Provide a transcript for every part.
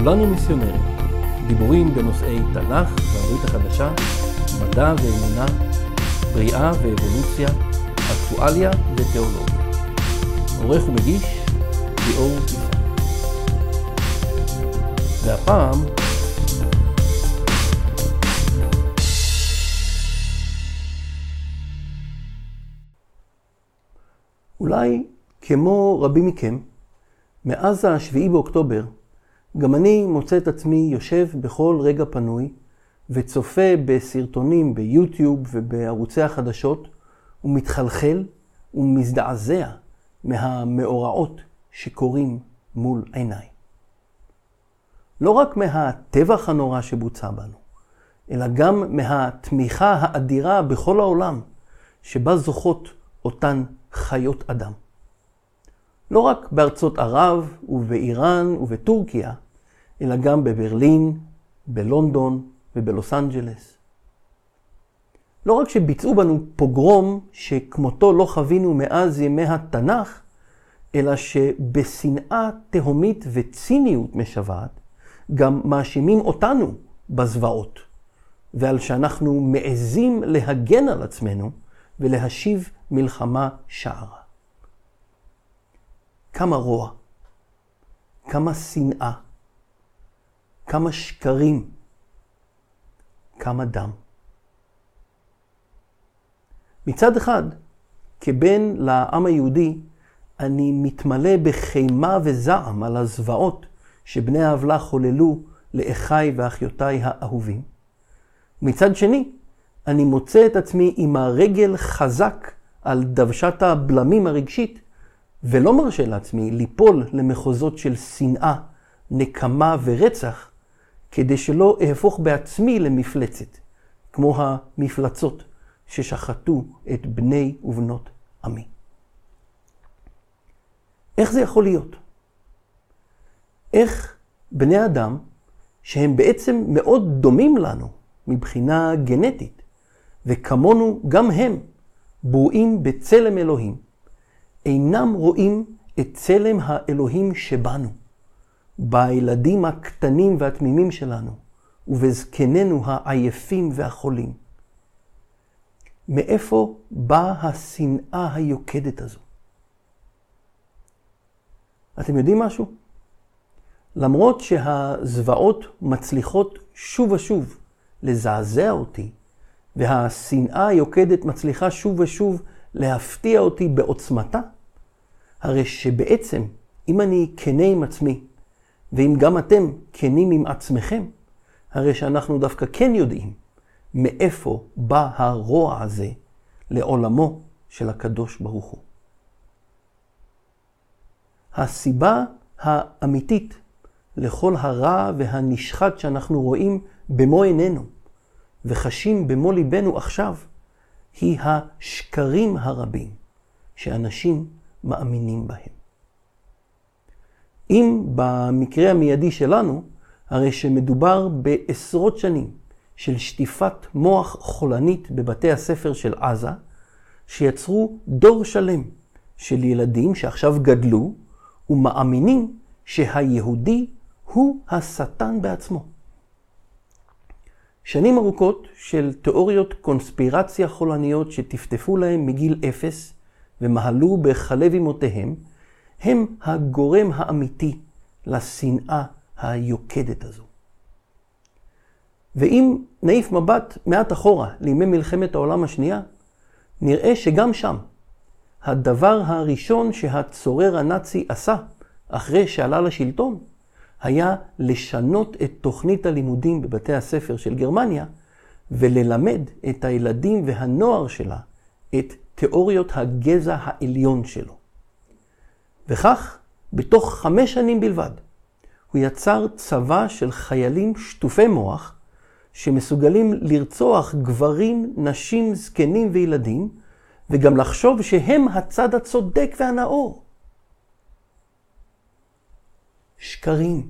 כולנו מיסיונרים, דיבורים בנושאי תנ"ך והברית החדשה, מדע ואמונה, בריאה ואבולוציה, אקטואליה ותיאולוגיה. עורך ומגיש, ליאור יפרח. והפעם אולי כמו רבים מכם, מאז ה-7 באוקטובר, גם אני מוצא את עצמי יושב בכל רגע פנוי וצופה בסרטונים ביוטיוב ובערוצי החדשות ומתחלחל ומזדעזע מהמאורעות שקורים מול עיניי. לא רק מהטבח הנורא שבוצע בנו, אלא גם מהתמיכה האדירה בכל העולם שבה זוכות אותן חיות אדם. לא רק בארצות ערב ובאיראן ובטורקיה, אלא גם בברלין, בלונדון ובלוס אנג'לס. לא רק שביצעו בנו פוגרום שכמותו לא חווינו מאז ימי התנ"ך, אלא שבשנאה תהומית וציניות משוועת, גם מאשימים אותנו בזוועות, ועל שאנחנו מעזים להגן על עצמנו ולהשיב מלחמה שערה. כמה רוע, כמה שנאה, כמה שקרים, כמה דם. מצד אחד, כבן לעם היהודי, אני מתמלא בחימה וזעם על הזוועות שבני העוולה חוללו לאחיי ואחיותיי האהובים. מצד שני, אני מוצא את עצמי עם הרגל חזק על דוושת הבלמים הרגשית, ולא מרשה לעצמי ליפול למחוזות של שנאה, נקמה ורצח, כדי שלא אהפוך בעצמי למפלצת, כמו המפלצות ששחטו את בני ובנות עמי. איך זה יכול להיות? איך בני אדם, שהם בעצם מאוד דומים לנו מבחינה גנטית, וכמונו גם הם ברואים בצלם אלוהים, אינם רואים את צלם האלוהים שבנו, בילדים הקטנים והתמימים שלנו, ובזקנינו העייפים והחולים. מאיפה באה השנאה היוקדת הזו? אתם יודעים משהו? למרות שהזוועות מצליחות שוב ושוב לזעזע אותי, והשנאה היוקדת מצליחה שוב ושוב להפתיע אותי בעוצמתה, הרי שבעצם אם אני כנה עם עצמי, ואם גם אתם כנים עם עצמכם, הרי שאנחנו דווקא כן יודעים מאיפה בא הרוע הזה לעולמו של הקדוש ברוך הוא. הסיבה האמיתית לכל הרע והנשחת שאנחנו רואים במו עינינו וחשים במו ליבנו עכשיו, היא השקרים הרבים שאנשים מאמינים בהם. אם במקרה המיידי שלנו, הרי שמדובר בעשרות שנים של שטיפת מוח חולנית בבתי הספר של עזה, שיצרו דור שלם של ילדים שעכשיו גדלו ומאמינים שהיהודי הוא השטן בעצמו. שנים ארוכות של תיאוריות קונספירציה חולניות שטפטפו להם מגיל 0 ומהלו בחלב אמותיהם, הם הגורם האמיתי לשנאה היוקדת הזו. ואם נעיף מבט מעט אחורה לימי מלחמת העולם השנייה, נראה שגם שם הדבר הראשון שהצורר הנאצי עשה אחרי שעלה לשלטון, היה לשנות את תוכנית הלימודים בבתי הספר של גרמניה, וללמד את הילדים והנוער שלה את תיאוריות הגזע העליון שלו. וכך, בתוך 5 שנים בלבד, הוא יצר צבא של חיילים שטופי מוח, שמסוגלים לרצוח גברים, נשים, זקנים וילדים, וגם לחשוב שהם הצד הצודק והנאור. שקרים.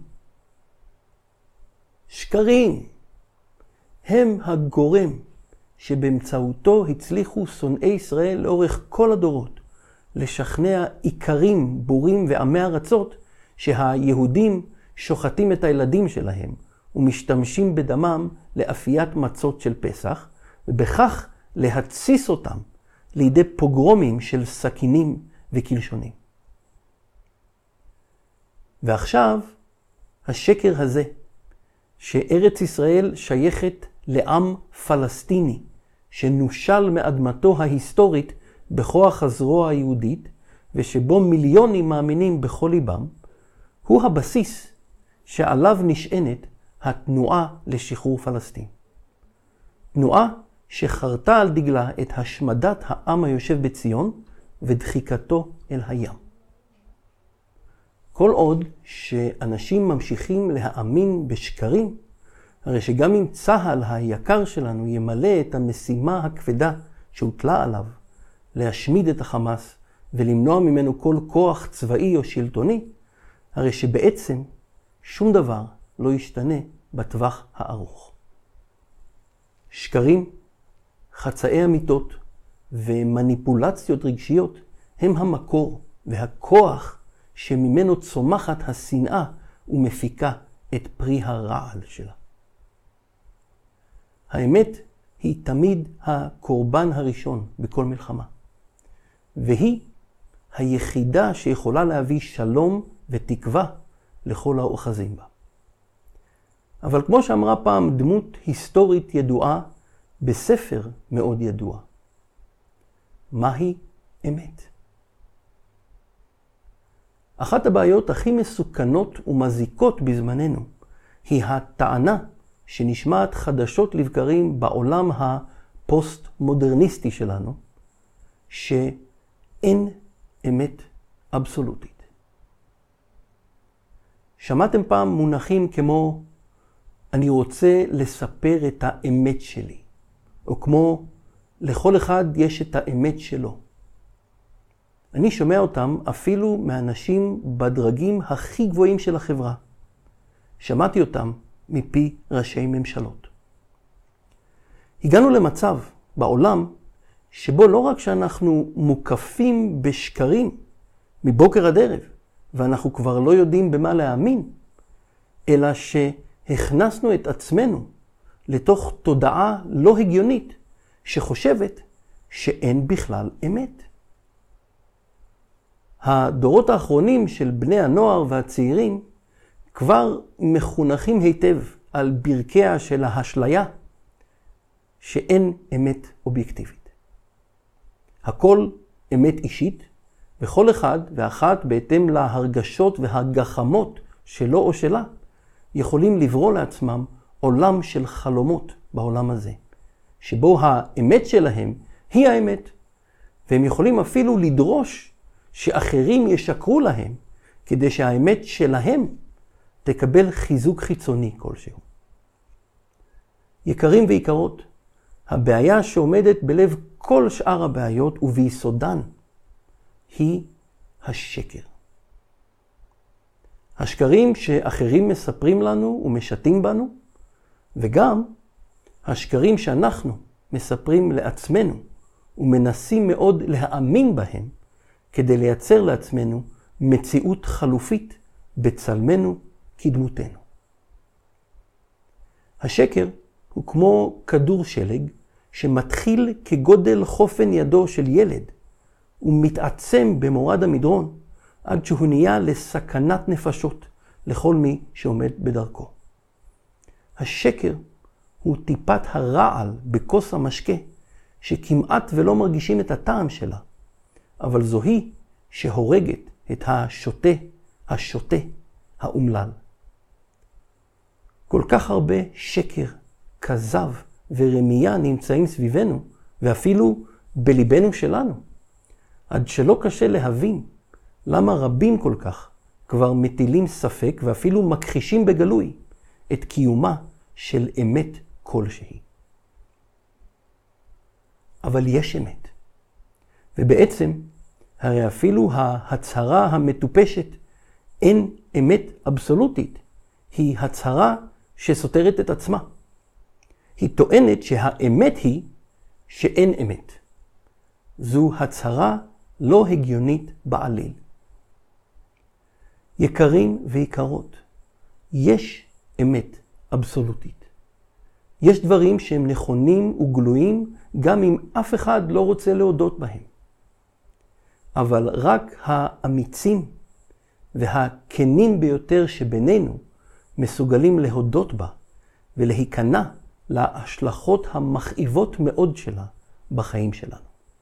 שקרים. הם הגורם שבאמצעותו הצליחו שונאי ישראל לאורך כל הדורות לשכנע עיקרים, בורים ועמי ארצות שהיהודים שוחטים את הילדים שלהם ומשתמשים בדמם לאפיית מצות של פסח, ובכך להתסיס אותם לידי פוגרומים של סכינים וקלשונים. ועכשיו השקר הזה, שארץ ישראל שייכת לעם פלסטיני, שנושל מאדמתו ההיסטורית בכוח הזרוע היהודית, ושבו מיליונים מאמינים בכל ליבם, הוא הבסיס שעליו נשענת התנועה לשחרור פלסטין. תנועה שחרתה על דגלה את השמדת העם היושב בציון ודחיקתו אל הים. כל עוד שאנשים ממשיכים להאמין בשקרים, הרי שגם אם צה"ל היקר שלנו ימלא את המשימה הכבדה שהוטלה עליו, להשמיד את החמאס ולמנוע ממנו כל כוח צבאי או שלטוני, הרי שבעצם שום דבר לא ישתנה בטווח הארוך. שקרים, חצאי אמיתות ומניפולציות רגשיות הם המקור והכוח שממנו צומחת השנאה ומפיקה את פרי הרעל שלה. האמת היא תמיד הקורבן הראשון בכל מלחמה, והיא היחידה שיכולה להביא שלום ותקווה לכל האוחזים בה. אבל כמו שאמרה פעם דמות היסטורית ידועה בספר מאוד ידוע, מהי אמת? אחת הבעיות הכי מסוכנות ומזיקות בזמננו היא הטענה שנשמעת חדשות לבקרים בעולם הפוסט-מודרניסטי שלנו, שאין אמת אבסולוטית. שמעתם פעם מונחים כמו אני רוצה לספר את האמת שלי, או כמו לכל אחד יש את האמת שלו. אני שומע אותם אפילו מאנשים בדרגים הכי גבוהים של החברה. שמעתי אותם מפי ראשי ממשלות. הגענו למצב בעולם שבו לא רק שאנחנו מוקפים בשקרים מבוקר עד ערב, ואנחנו כבר לא יודעים במה להאמין, אלא שהכנסנו את עצמנו לתוך תודעה לא הגיונית שחושבת שאין בכלל אמת. הדורות האחרונים של בני הנוער והצעירים כבר מחונכים היטב על ברכיה של האשליה שאין אמת אובייקטיבית. הכל אמת אישית, וכל אחד ואחת בהתאם להרגשות והגחמות שלו או שלה יכולים לברוא לעצמם עולם של חלומות בעולם הזה, שבו האמת שלהם היא האמת, והם יכולים אפילו לדרוש שאחרים ישקרו להם כדי שהאמת שלהם תקבל חיזוק חיצוני כלשהו. יקרים ויקרות, הבעיה שעומדת בלב כל שאר הבעיות וביסודן היא השקר. השקרים שאחרים מספרים לנו ומשתים בנו, וגם השקרים שאנחנו מספרים לעצמנו ומנסים מאוד להאמין בהם כדי לייצר לעצמנו מציאות חלופית בצלמנו כדמותנו. השקר הוא כמו כדור שלג שמתחיל כגודל חופן ידו של ילד ומתעצם במורד המדרון עד שהוא נהיה לסכנת נפשות לכל מי שעומד בדרכו. השקר הוא טיפת הרעל בכוס המשקה שכמעט ולא מרגישים את הטעם שלה, אבל זוהי שהורגת את השוטה האומלל. כל כך הרבה שקר, כזב ורמייה נמצאים סביבנו, ואפילו בליבנו שלנו, עד שלא קשה להבין למה רבים כל כך כבר מטילים ספק ואפילו מכחישים בגלוי את קיומה של אמת כלשהי. אבל יש אמת. ובעצם, הרי אפילו ההצהרה המטופשת אין אמת אבסולוטית, היא הצהרה שסותרת את עצמה. היא טוענת שהאמת היא שאין אמת. זו הצהרה לא הגיונית בעליל. יקרים ויקרות, יש אמת אבסולוטית. יש דברים שהם נכונים וגלויים גם אם אף אחד לא רוצה להודות בהם. אבל רק האמיצים והכנים ביותר שבינינו מסוגלים להודות בה ולהיכנע להשלכות המכאיבות מאוד שלה בחיים שלנו.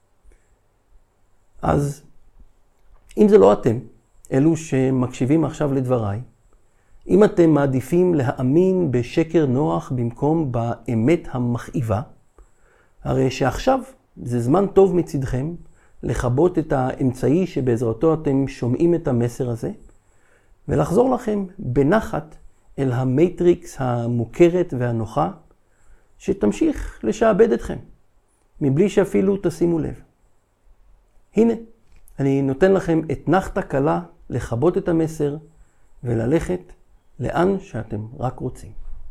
אז אם זה לא אתם, אלו שמקשיבים עכשיו לדבריי, אם אתם מעדיפים להאמין בשקר נוח במקום באמת המכאיבה, הרי שעכשיו זה זמן טוב מצדכם לכבות את האמצעי שבעזרתו אתם שומעים את המסר הזה, ולחזור לכם בנחת אל המטריקס המוכרת והנוחה, שתמשיך לשעבד אתכם, מבלי שאפילו תשימו לב. הנה, אני נותן לכם אתנחתא קלה לכבות את המסר וללכת לאן שאתם רק רוצים.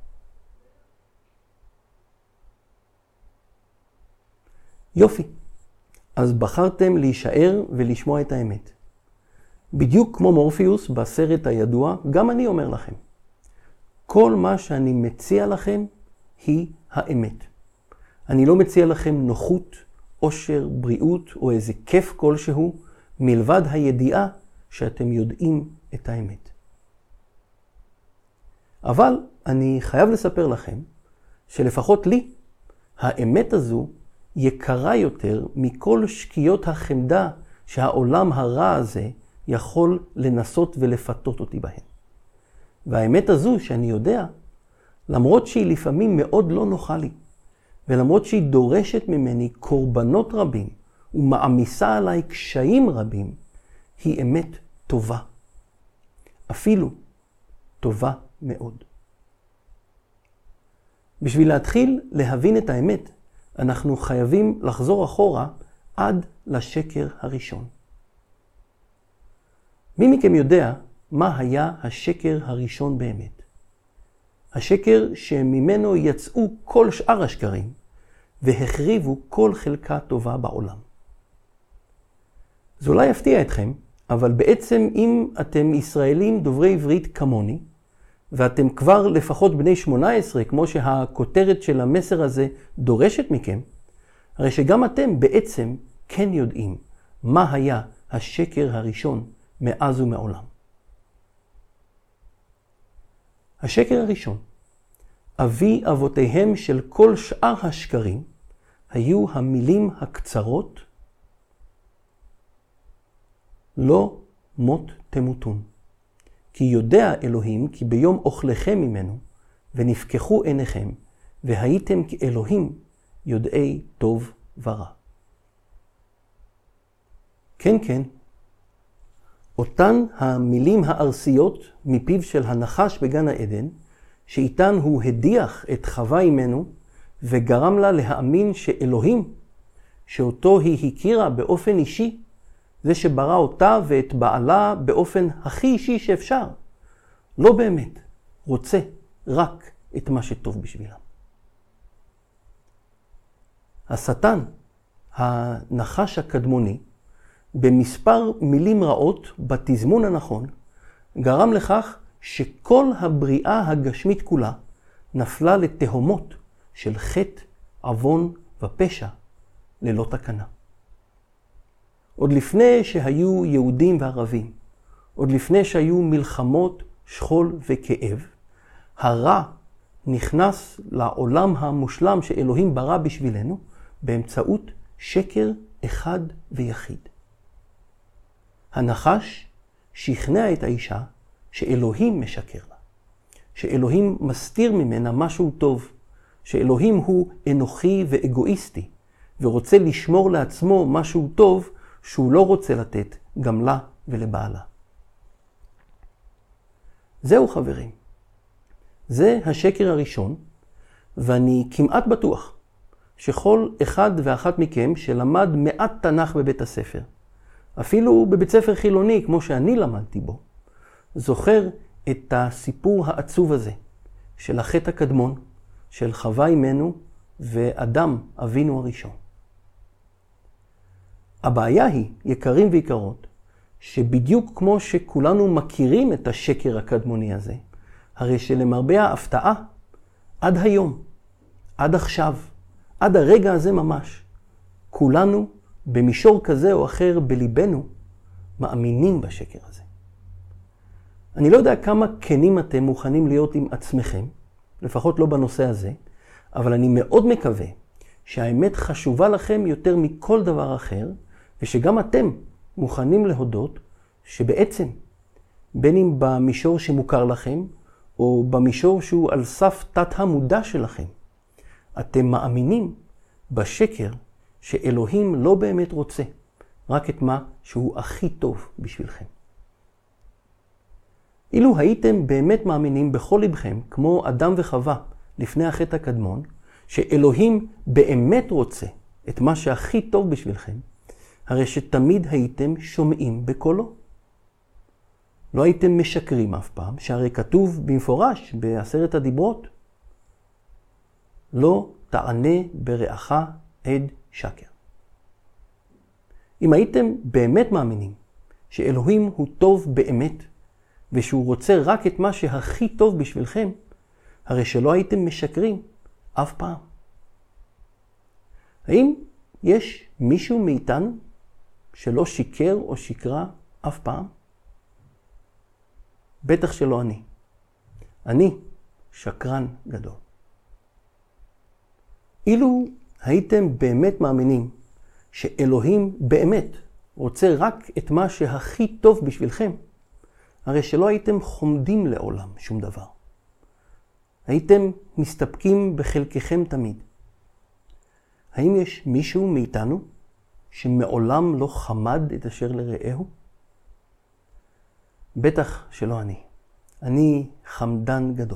יופי, אז בחרתם להישאר ולשמוע את האמת. בדיוק כמו מורפיוס בסרט הידוע, גם אני אומר לכם, כל מה שאני מציע לכם היא האמת. אני לא מציע לכם נוחות, עושר, בריאות או איזה כיף כלשהו, מלבד הידיעה שאתם יודעים את האמת. אבל אני חייב לספר לכם שלפחות לי, האמת הזו יקרה יותר מכל שקיעות החמדה שהעולם הרע הזה יכול לנסות ולפתות אותי בהן. והאמת הזו שאני יודע, למרות שהיא לפעמים מאוד לא נוחה לי, ולמרות שהיא דורשת ממני קורבנות רבים ומעמיסה עליי קשיים רבים, היא אמת טובה. אפילו טובה מאוד. בשביל להתחיל להבין את האמת, אנחנו חייבים לחזור אחורה עד לשקר הראשון. מי מכם יודע מה היה השקר הראשון באמת? השקר שממנו יצאו כל שאר השקרים והחריבו כל חלקה טובה בעולם. זה אולי יפתיע אתכם, אבל בעצם אם אתם ישראלים דוברי עברית כמוני, ואתם כבר לפחות בני 18, כמו שהכותרת של המסר הזה דורשת מכם, הרי שגם אתם בעצם כן יודעים מה היה השקר הראשון מאז ומעולם. השקר הראשון, אבי אבותיהם של כל שאר השקרים, היו המילים הקצרות, לא מות תמותון. כי יודע אלוהים כי ביום אוכלכם ממנו, ונפקחו עיניכם, והייתם כאלוהים יודעי טוב ורע. כן, כן. אותן המילים הארסיות מפיו של הנחש בגן העדן, שאיתן הוא הדיח את חווה ממנו, וגרם לה להאמין שאלוהים, שאותו היא הכירה באופן אישי, זה שברא אותה ואת בעלה באופן הכי אישי שאפשר, לא באמת רוצה רק את מה שטוב בשבילם. השטן, הנחש הקדמוני, במספר מילים רעות בתזמון הנכון, גרם לכך שכל הבריאה הגשמית כולה נפלה לתהומות של חטא, עוון ופשע ללא תקנה. עוד לפני שהיו יהודים וערבים, עוד לפני שהיו מלחמות, שכול וכאב, הרע נכנס לעולם המושלם שאלוהים ברא בשבילנו באמצעות שקר אחד ויחיד. הנחש שכנע את האישה שאלוהים משקר לה, שאלוהים מסתיר ממנה משהו טוב, שאלוהים הוא אנוכי ואגואיסטי, ורוצה לשמור לעצמו משהו טוב שהוא לא רוצה לתת גם לה ולבעלה. זהו חברים. זה השקר הראשון, ואני כמעט בטוח שכל אחד ואחת מכם שלמד מעט תנ"ך בבית הספר, אפילו בבית ספר חילוני כמו שאני למדתי בו, זוכר את הסיפור העצוב הזה של החטא הקדמון, של חווה אימנו ואדם אבינו הראשון. הבעיה היא, יקרים ויקרות, שבדיוק כמו שכולנו מכירים את השקר הקדמוני הזה, הרי שלמרבה ההפתעה, עד היום, עד עכשיו, עד הרגע הזה ממש, כולנו במישור כזה או אחר בליבנו מאמינים בשקר הזה. אני לא יודע כמה כנים אתם מוכנים להיות עם עצמכם, לפחות לא בנושא הזה, אבל אני מאוד מקווה שהאמת חשובה לכם יותר מכל דבר אחר, ושגם אתם מוכנים להודות שבעצם, בין אם במישור שמוכר לכם, או במישור שהוא על סף תת המודע שלכם, אתם מאמינים בשקר שאלוהים לא באמת רוצה, רק את מה שהוא הכי טוב בשבילכם. אילו הייתם באמת מאמינים בכל לבכם, כמו אדם וחווה לפני החטא הקדמון, שאלוהים באמת רוצה את מה שהכי טוב בשבילכם, הרי שתמיד הייתם שומעים בקולו. לא הייתם משקרים אף פעם, שהרי כתוב במפורש בעשרת הדיברות, לא תענה ברעך עד שקר. אם הייתם באמת מאמינים שאלוהים הוא טוב באמת, ושהוא רוצה רק את מה שהכי טוב בשבילכם, הרי שלא הייתם משקרים אף פעם. האם יש מישהו מאיתנו שלא שיקר או שקרה אף פעם? בטח שלא אני. אני שקרן גדול. אילו הייתם באמת מאמינים שאלוהים באמת רוצה רק את מה שהכי טוב בשבילכם, הרי שלא הייתם חומדים לעולם שום דבר. הייתם מסתפקים בחלקכם תמיד. האם יש מישהו מאיתנו שמעולם לא חמד את אשר לרעהו? בטח שלא אני. אני חמדן גדול.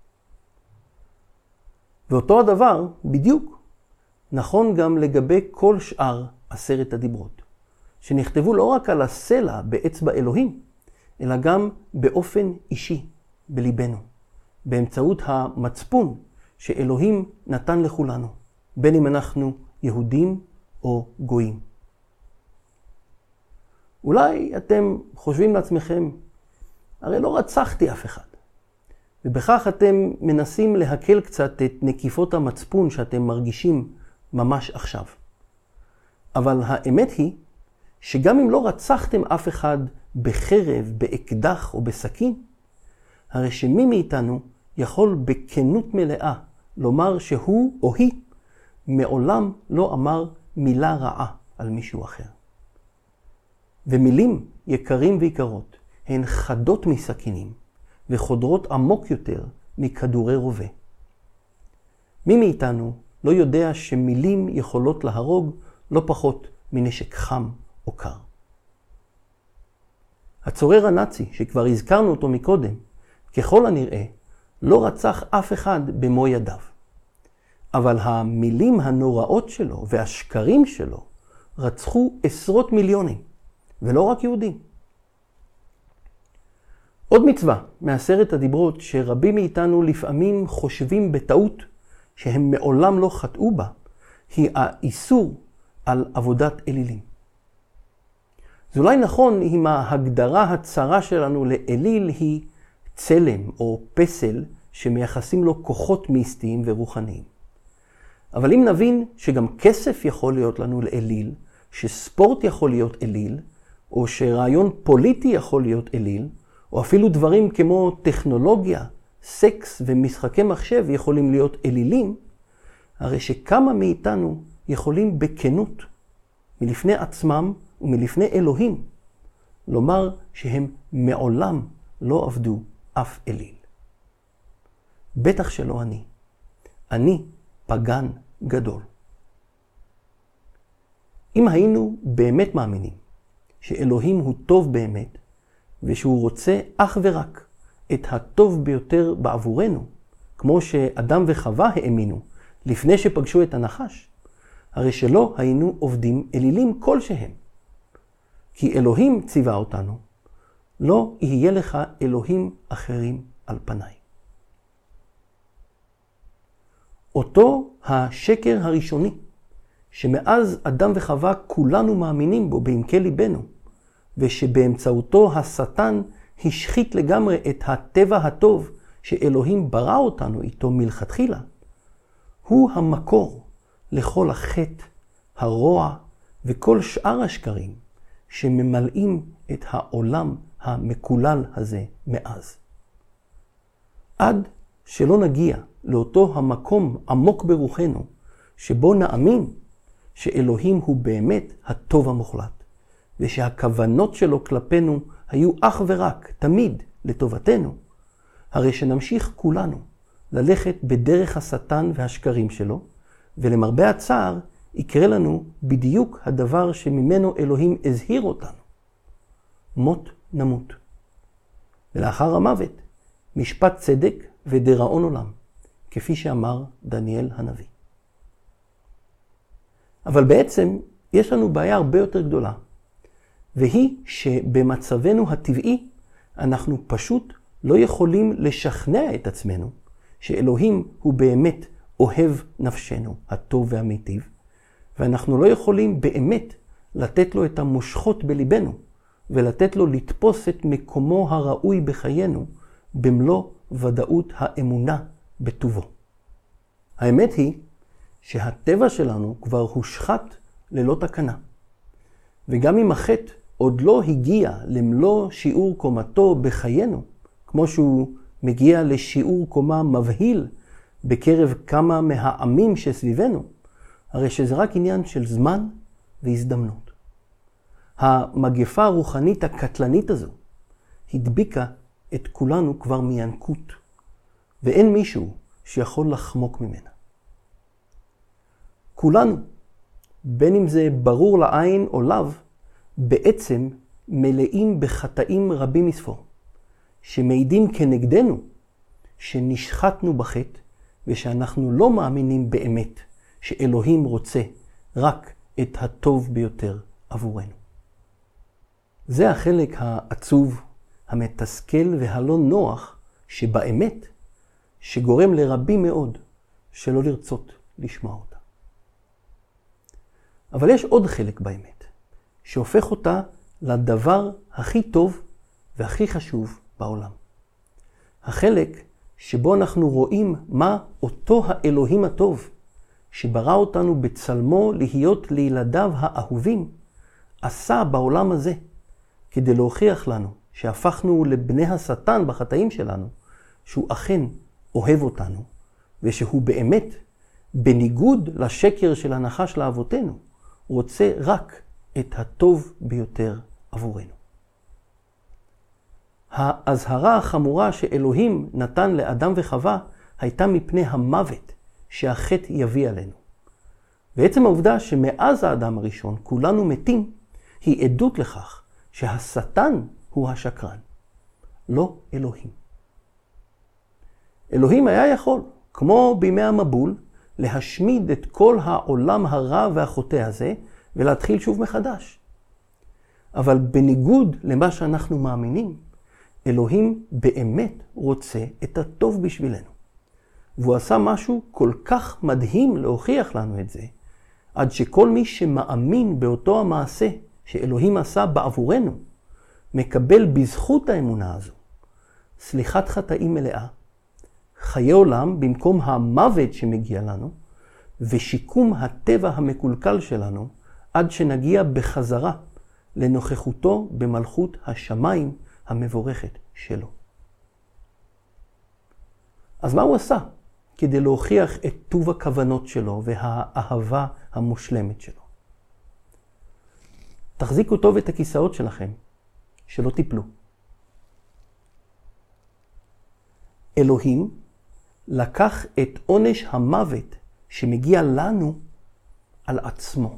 ואותו הדבר בדיוק נכון גם לגבי כל שאר 10 הדיברות, שנכתבו לא רק על הסלע באצבע אלוהים, אלא גם באופן אישי בליבנו, באמצעות המצפון שאלוהים נתן לכולנו, בין אם אנחנו יהודים או גויים. אולי אתם חושבים לעצמכם, הרי לא רצחתי אף אחד. ובכך אתם מנסים להקל קצת את נקיפות המצפון שאתם מרגישים ממש עכשיו. אבל האמת היא שגם אם לא רצחתם אף אחד בחרב, באקדח או בסכין, הרי שמי מאיתנו יכול בכנות מלאה לומר שהוא או היא מעולם לא אמר מילה רעה על מישהו אחר. ומילים יקרים ויקרות הן חדות מסכינים וחודרות עמוק יותר מכדורי רובה. מי מאיתנו לא יודע שמילים יכולות להרוג לא פחות מנשק חם או קר. הצורר הנאצי, שכבר הזכרנו אותו מקודם, ככל הנראה לא רצח אף אחד במו ידיו. אבל המילים הנוראות שלו והשקרים שלו רצחו עשרות מיליונים, ולא רק יהודים. עוד מצווה מ10 הדיברות שרבים מאיתנו לפעמים חושבים בטעות שהם מעולם לא חטאו בה, היא האיסור על עבודת אלילים. זה אולי נכון אם ההגדרה הצרה שלנו לאליל היא צלם או פסל שמייחסים לו כוחות מיסטיים ורוחניים. אבל אם נבין שגם כסף יכול להיות לנו לאליל, שספורט יכול להיות אליל, או שרעיון פוליטי יכול להיות אליל, או אפילו דברים כמו טכנולוגיה, סקס ומשחקי מחשב יכולים להיות אלילים, הרי שכמה מאיתנו יכולים בכנות, מלפני עצמם ומלפני אלוהים, לומר שהם מעולם לא עבדו אף אליל. בטח שלא אני. אני פגן גדול. אם היינו באמת מאמינים שאלוהים הוא טוב באמת, ושהוא רוצה אך ורק את הטוב ביותר בעבורנו, כמו שאדם וחווה האמינו לפני שפגשו את הנחש, הרי שלא היינו עובדים אלילים כלשהם. כי אלוהים ציווה אותנו, לא יהיה לך אלוהים אחרים על פניי. אותו השקר הראשוני, שמאז אדם וחווה כולנו מאמינים בו בעמקי ליבנו, ושבאמצעותו השטן השחית לגמרי את הטבע הטוב שאלוהים ברא אותנו איתו מלכתחילה, הוא המקור לכל החטא, הרוע וכל שאר השקרים שממלאים את העולם המקולל הזה מאז. עד שלא נגיע לאותו המקום עמוק ברוחנו, שבו נאמין שאלוהים הוא באמת הטוב המוחלט, ושהכוונות שלו כלפינו היו אך ורק תמיד לטובתנו, הרי שנמשיך כולנו ללכת בדרך השטן והשקרים שלו, ולמרבה הצער יקרה לנו בדיוק הדבר שממנו אלוהים הזהיר אותנו. מות נמות. ולאחר המוות, משפט צדק ודיראון עולם, כפי שאמר דניאל הנביא. אבל בעצם יש לנו בעיה הרבה יותר גדולה, והיא שבמצבנו הטבעי אנחנו פשוט לא יכולים לשכנע את עצמנו שאלוהים הוא באמת אוהב נפשנו, הטוב והמיטיב, ואנחנו לא יכולים באמת לתת לו את המושכות בליבנו, ולתת לו לתפוס את מקומו הראוי בחיינו, במלוא ודאות האמונה בטובו. האמת היא שהטבע שלנו כבר הושחת ללא תקנה. וגם אם החטא עוד לא הגיע למלוא שיעור קומתו בחיינו, כמו שהוא מגיע לשיעור קומה מבהיל בקרב כמה מהעמים שסביבנו, הרי שזה רק עניין של זמן והזדמנות. המגפה הרוחנית הקטלנית הזו הדביקה את כולנו כבר מינקות, ואין מישהו שיכול לחמוק ממנה. כולנו, בין אם זה ברור לעין או לאו, בעצם מלאים בחטאים רבים מספור, שמעידים כנגדנו שנשחטנו בחטא, ושאנחנו לא מאמינים באמת שאלוהים רוצה רק את הטוב ביותר עבורנו. זה החלק העצוב, המתסכל והלא נוח שבאמת, שגורם לרבים מאוד שלא לרצות לשמוע אותה. אבל יש עוד חלק באמת, שהופך אותה לדבר הכי טוב והכי חשוב בעולם. החלק שבו אנחנו רואים מה אותו האלוהים הטוב, שברא אותנו בצלמו להיות לילדיו האהובים, עשה בעולם הזה, כדי להוכיח לנו שהפכנו לבני השטן בחטאים שלנו, שהוא אכן אוהב אותנו, ושהוא באמת, בניגוד לשקר של הנחש לאבותינו, רוצה רק את הטוב ביותר עבורנו. ההזהרה החמורה שאלוהים נתן לאדם וחווה הייתה מפני המוות שהחטא יביא עלינו. ועצם העובדה שמאז האדם הראשון כולנו מתים, היא עדות לכך שהשטן הוא השקרן, לא אלוהים. אלוהים היה יכול, כמו בימי המבול, להשמיד את כל העולם הרע והחוטא הזה ולהתחיל שוב מחדש. אבל בניגוד למה שאנחנו מאמינים, אלוהים באמת רוצה את הטוב בשבילנו. והוא עשה משהו כל כך מדהים להוכיח לנו את זה, עד שכל מי שמאמין באותו המעשה שאלוהים עשה בעבורנו, מקבל בזכות האמונה הזו סליחת חטאים מלאה, חיי עולם במקום המוות שמגיע לנו, ושיקום הטבע המקולקל שלנו, עד שנגיע בחזרה לנוכחותו במלכות השמיים המבורכת שלו. אז מה הוא עשה כדי להוכיח את טוב הכוונות שלו והאהבה המושלמת שלו? תחזיקו טוב את הכיסאות שלכם, שלא תיפלו. אלוהים לקח את עונש המוות שמגיע לנו על עצמו.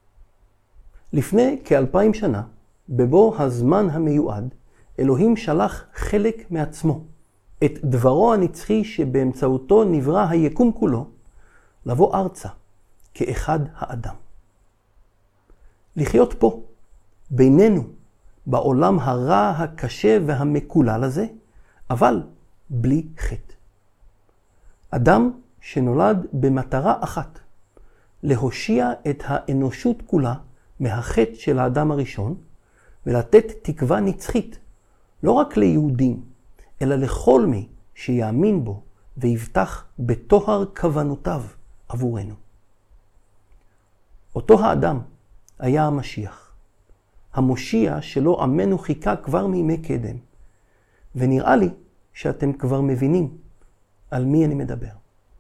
לפני כ2000 שנה, בבוא הזמן המיועד, אלוהים שלח חלק מעצמו, את דברו הנצחי שבאמצעותו נברא היקום כולו, לבוא ארצה כאחד האדם. לחיות פה, בינינו, בעולם הרע, הקשה והמקולל הזה, אבל בלי חטא. אדם שנולד במטרה אחת, להושיע את האנושות כולה מהחטא של האדם הראשון, ולתת תקווה נצחית, לא רק ליהודים, אלא לכל מי שיאמין בו ויבטח בטוהר כוונותיו עבורנו. אותו האדם היה המשיח, המושיע שלו עמנו חיכה כבר מימי קדם, ונראה לי שאתם כבר מבינים על מי אני מדבר.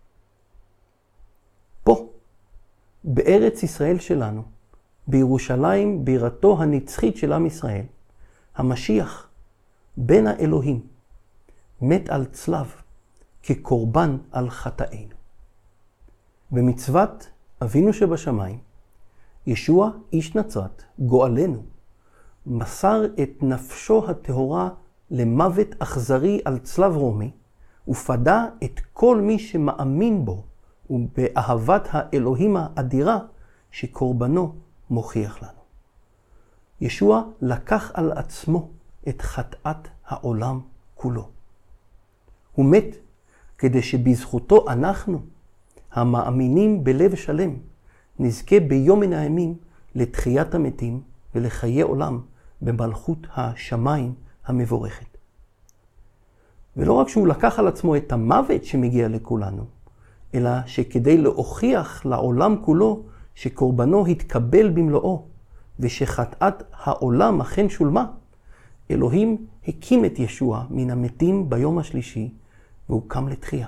פה, בארץ ישראל שלנו, בירושלים, בירתו הנצחית של עם ישראל, המשיח, בן האלוהים, מת על צלב כקורבן על חטאינו. במצוות אבינו שבשמיים, ישוע איש נצרת, גואלנו, מסר את נפשו הטהורה למוות אכזרי על צלב רומי, ופדה את כל מי שמאמין בו ובאהבת האלוהים האדירה שקורבנו מוכיח לנו. ישוע לקח על עצמו את חטאת העולם כולו. הוא מת כדי שבזכותו אנחנו, המאמינים בלב שלם, נזכה ביום מן הימים לתחיית המתים ולחיי עולם במלכות השמיים המבורכת. ולא רק שהוא לקח על עצמו את המוות שמגיע לכולנו, אלא שכדי להוכיח לעולם כולו שקורבנו התקבל במלואו, ושחטאת העולם אכן שולמה, אלוהים הקים את ישוע מן המתים ביום השלישי, והוא קם לתחייה.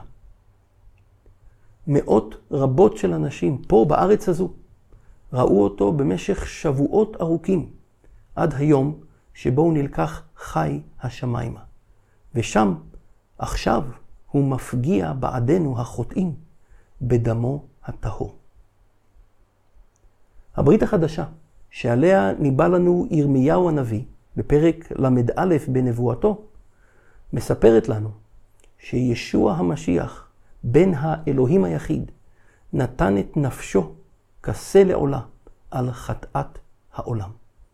מאות רבות של אנשים פה בארץ הזו ראו אותו במשך שבועות ארוכים, עד היום שבו הוא נלקח חי השמיימה. ושם, עכשיו, הוא מפגיע בעדנו החוטאים בדמו הטהור. הברית החדשה, שעליה ניבא לנו ירמיהו הנביא, בפרק למ"א בנבואתו, מספרת לנו שישוע המשיח, בן האלוהים היחיד, נתן את נפשו כשה לעולה על חטאת העולם.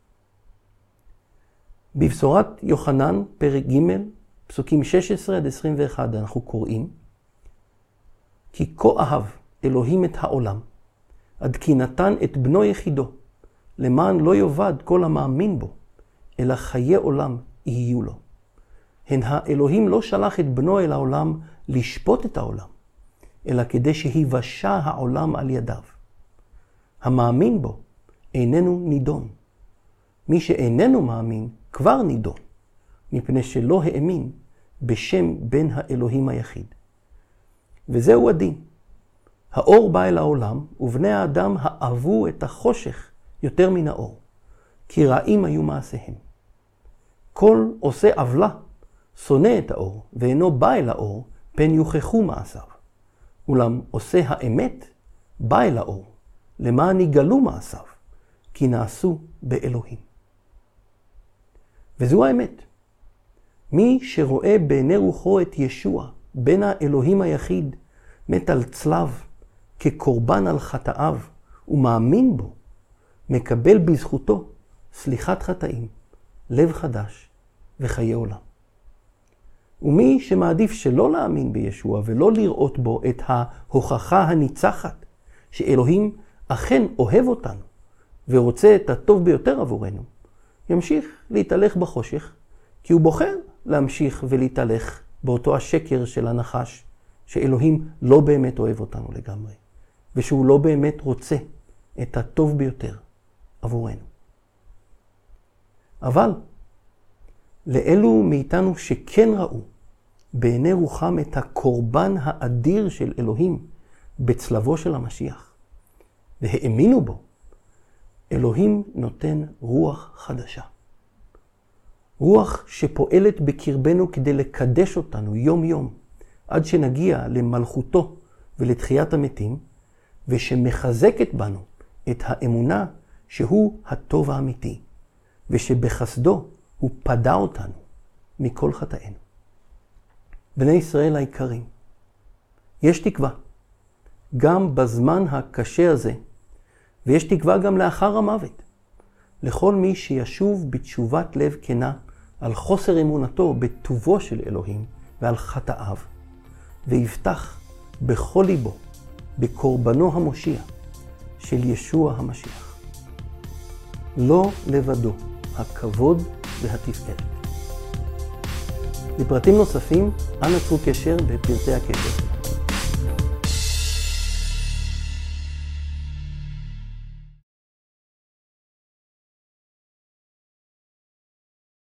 בבשורת יוחנן, פרק ג', פסוקים 16-21, אנחנו קוראים, כי כה אהב אלוהים את העולם, עד כי נתן את בנו יחידו, למען לא יאבד כל המאמין בו, אלא חיי עולם יהיו לו. הן האלוהים לא שלח את בנו אל העולם לשפוט את העולם, אלא כדי שהיוושע העולם על ידיו. המאמין בו איננו נידון. מי שאיננו מאמין כבר נידון, מפני שלא האמין בשם בן האלוהים היחיד. וזהו הדין. האור בא אל העולם, ובני האדם אהבו את החושך יותר מן האור, כי רעים היו מעשיהם. כל עושה עוולה שונא את האור, ואינו בא אל האור, פן יוכחו מעשיו. אולם עושה האמת בא אל האור, למען יגלו מעשיו, כי נעשו באלוהים. וזו האמת. מי שרואה בעיני רוחו את ישוע, בן האלוהים היחיד, מת על צלב כקורבן על חטאיו, ומאמין בו, מקבל בזכותו סליחת חטאים, לב חדש וחיי עולם. ומי שמעדיף שלא להאמין בישוע ולא לראות בו את ההוכחה הניצחת שאלוהים אכן אוהב אותנו ורוצה את הטוב ביותר עבורנו, ימשיך להתהלך בחושך, כי הוא בוחר להמשיך ולהתהלך באותו השקר של הנחש, שאלוהים לא באמת אוהב אותנו לגמרי, ושהוא לא באמת רוצה את הטוב ביותר עבורנו. אבל לאלו מאיתנו שכן ראו בעיני רוחם את הקורבן האדיר של אלוהים בצלבו של המשיח, והאמינו בו, אלוהים נותן רוח חדשה. רוח שפועלת בקרבנו כדי לקדש אותנו יום יום, עד שנגיע למלכותו ולתחיית המתים, ושמחזקת בנו את האמונה שהוא הטוב האמיתי, ושבחסדו הוא פדה אותנו מכל חטאינו. בני ישראל היקרים, יש תקווה, גם בזמן הקשה הזה, ויש תקווה גם לאחר המוות, לכל מי שישוב בתשובת לב כנה על חוסר אמונתו בטובו של אלוהים ועל חטאיו, ויבטח בכל ליבו בקורבנו המושיע של ישוע המשיח. לא לבדו הכבוד והתפארת. לפרטים נוספים, אנא צרו קשר בפרטי הקשר.